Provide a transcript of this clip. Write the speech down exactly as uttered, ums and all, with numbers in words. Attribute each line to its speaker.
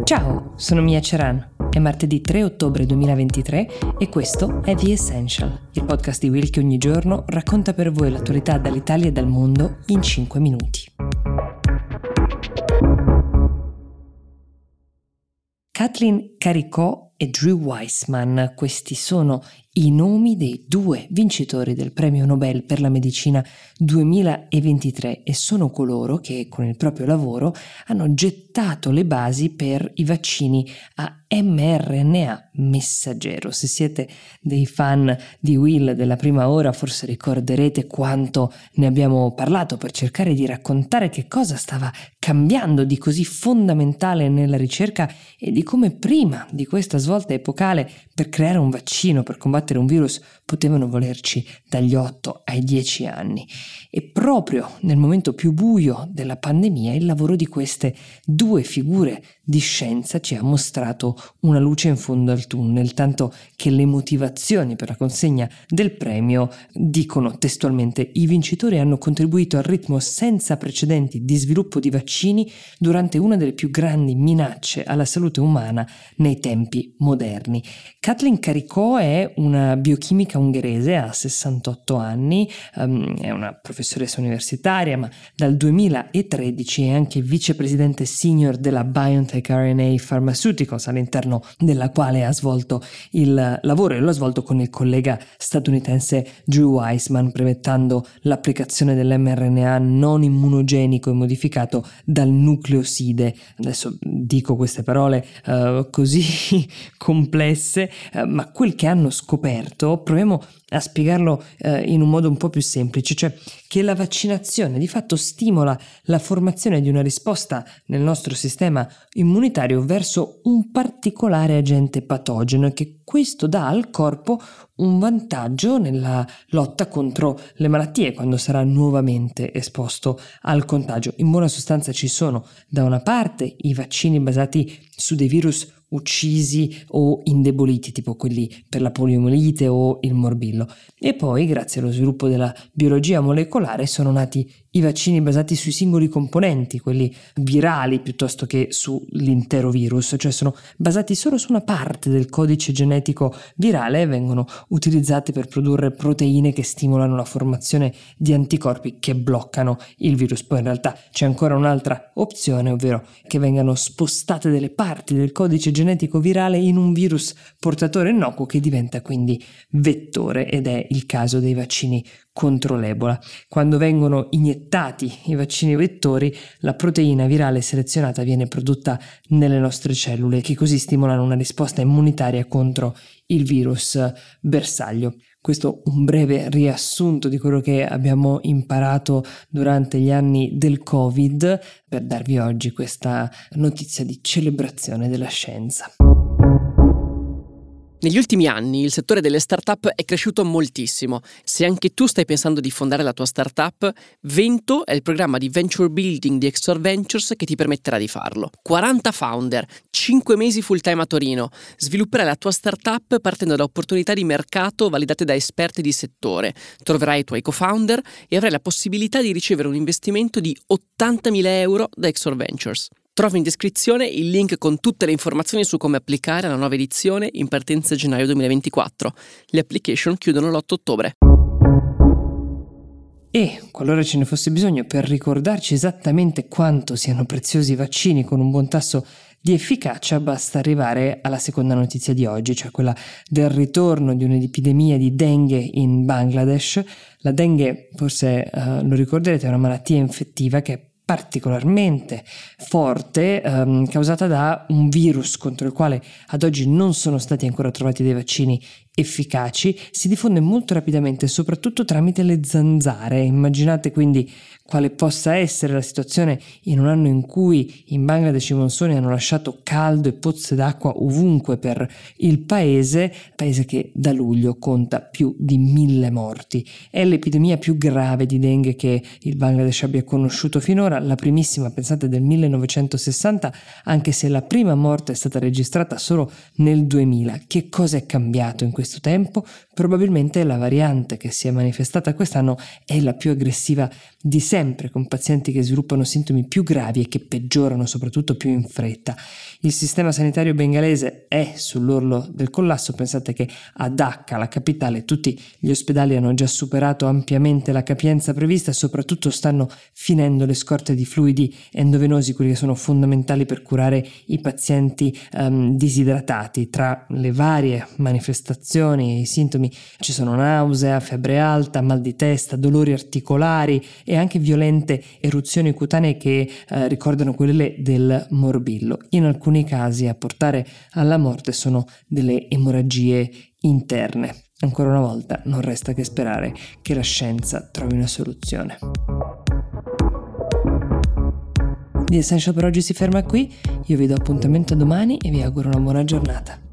Speaker 1: Ciao, sono Mia Ceran. È martedì tre ottobre duemilaventitré e questo è The Essential, il podcast di Will che ogni giorno racconta per voi l'attualità dall'Italia e dal mondo in cinque minuti. Kathleen Caricò e Drew Weissman, questi sono i nomi dei due vincitori del premio Nobel per la medicina duemilaventitré e sono coloro che con il proprio lavoro hanno gettato le basi per i vaccini a mRNA messaggero. Se siete dei fan di Will della prima ora, forse ricorderete quanto ne abbiamo parlato per cercare di raccontare che cosa stava cambiando di così fondamentale nella ricerca e di come prima di questa svolta epocale per creare un vaccino per combattere un virus potevano volerci dagli otto ai dieci anni. E proprio nel momento più buio della pandemia il lavoro di queste due figure di scienza ci ha mostrato una luce in fondo al tunnel, tanto che le motivazioni per la consegna del premio dicono testualmente: i vincitori hanno contribuito al ritmo senza precedenti di sviluppo di vaccini durante una delle più grandi minacce alla salute umana nei tempi moderni. Kathleen Caricò è una biochimica ungherese, ha sessantotto anni, um, è una professoressa universitaria, ma dal duemilatredici è anche vicepresidente senior della BioNTech R N A Pharmaceuticals, all'interno della quale ha svolto il lavoro e lo ha svolto con il collega statunitense Drew Weissman, brevettando l'applicazione dell'mRNA non immunogenico e modificato dal nucleoside. Adesso dico queste parole uh, così complesse, uh, ma quel che hanno scoperto, proviamo a spiegarlo uh, in un modo un po' più semplice, cioè che la vaccinazione di fatto stimola la formazione di una risposta nel nostro sistema immunitario verso un particolare agente patogeno e che questo dà al corpo un vantaggio nella lotta contro le malattie quando sarà nuovamente esposto al contagio. In buona sostanza ci sono da una parte i vaccini basati su dei virus uccisi o indeboliti, tipo quelli per la poliomielite o il morbillo, e poi grazie allo sviluppo della biologia molecolare sono nati i vaccini basati sui singoli componenti, quelli virali piuttosto che sull'intero virus, cioè sono basati solo su una parte del codice genetico virale e vengono utilizzati per produrre proteine che stimolano la formazione di anticorpi che bloccano il virus. Poi in realtà c'è ancora un'altra opzione, ovvero che vengano spostate delle parti del codice genetico virale in un virus portatore innocuo che diventa quindi vettore, ed è il caso dei vaccini contro l'Ebola. Quando vengono iniettati i vaccini vettori, la proteina virale selezionata viene prodotta nelle nostre cellule, che così stimolano una risposta immunitaria contro il virus bersaglio. Questo un breve riassunto di quello che abbiamo imparato durante gli anni del Covid per darvi oggi questa notizia di celebrazione della scienza.
Speaker 2: Negli ultimi anni il settore delle start-up è cresciuto moltissimo. Se anche tu stai pensando di fondare la tua start-up, Vento è il programma di venture building di Exor Ventures che ti permetterà di farlo. quaranta founder, cinque mesi full time a Torino. Svilupperai la tua start-up partendo da opportunità di mercato validate da esperti di settore. Troverai i tuoi co-founder e avrai la possibilità di ricevere un investimento di ottantamila euro da Exor Ventures. Trovi in descrizione il link con tutte le informazioni su come applicare alla nuova edizione in partenza gennaio duemilaventiquattro. Le application chiudono l'otto ottobre.
Speaker 1: E, qualora ce ne fosse bisogno per ricordarci esattamente quanto siano preziosi i vaccini con un buon tasso di efficacia, basta arrivare alla seconda notizia di oggi, cioè quella del ritorno di un'epidemia di dengue in Bangladesh. La dengue, forse uh, lo ricorderete, è una malattia infettiva che è particolarmente forte, ehm, causata da un virus contro il quale ad oggi non sono stati ancora trovati dei vaccini efficaci. Si diffonde molto rapidamente, soprattutto tramite le zanzare. Immaginate quindi quale possa essere la situazione in un anno in cui in Bangladesh i monsoni hanno lasciato caldo e pozze d'acqua ovunque per il paese, paese che da luglio conta più di mille morti. È l'epidemia più grave di dengue che il Bangladesh abbia conosciuto finora, la primissima, pensate, del millenovecentosessanta, anche se la prima morte è stata registrata solo nel duemila. Che cosa è cambiato in questo tempo. Probabilmente la variante che si è manifestata quest'anno è la più aggressiva di sempre, con pazienti che sviluppano sintomi più gravi e che peggiorano soprattutto più in fretta. Il sistema sanitario bengalese è sull'orlo del collasso. Pensate che a Dhaka, la capitale, tutti gli ospedali hanno già superato ampiamente la capienza prevista e soprattutto stanno finendo le scorte di fluidi endovenosi, quelli che sono fondamentali per curare i pazienti um, disidratati. Tra le varie manifestazioni e i sintomi ci sono nausea, febbre alta, mal di testa, dolori articolari e anche violente eruzioni cutanee che eh, ricordano quelle del morbillo. In alcuni casi a portare alla morte sono delle emorragie interne. Ancora una volta non resta che sperare che la scienza trovi una soluzione. The Essential per oggi si ferma qui, io vi do appuntamento domani e vi auguro una buona giornata.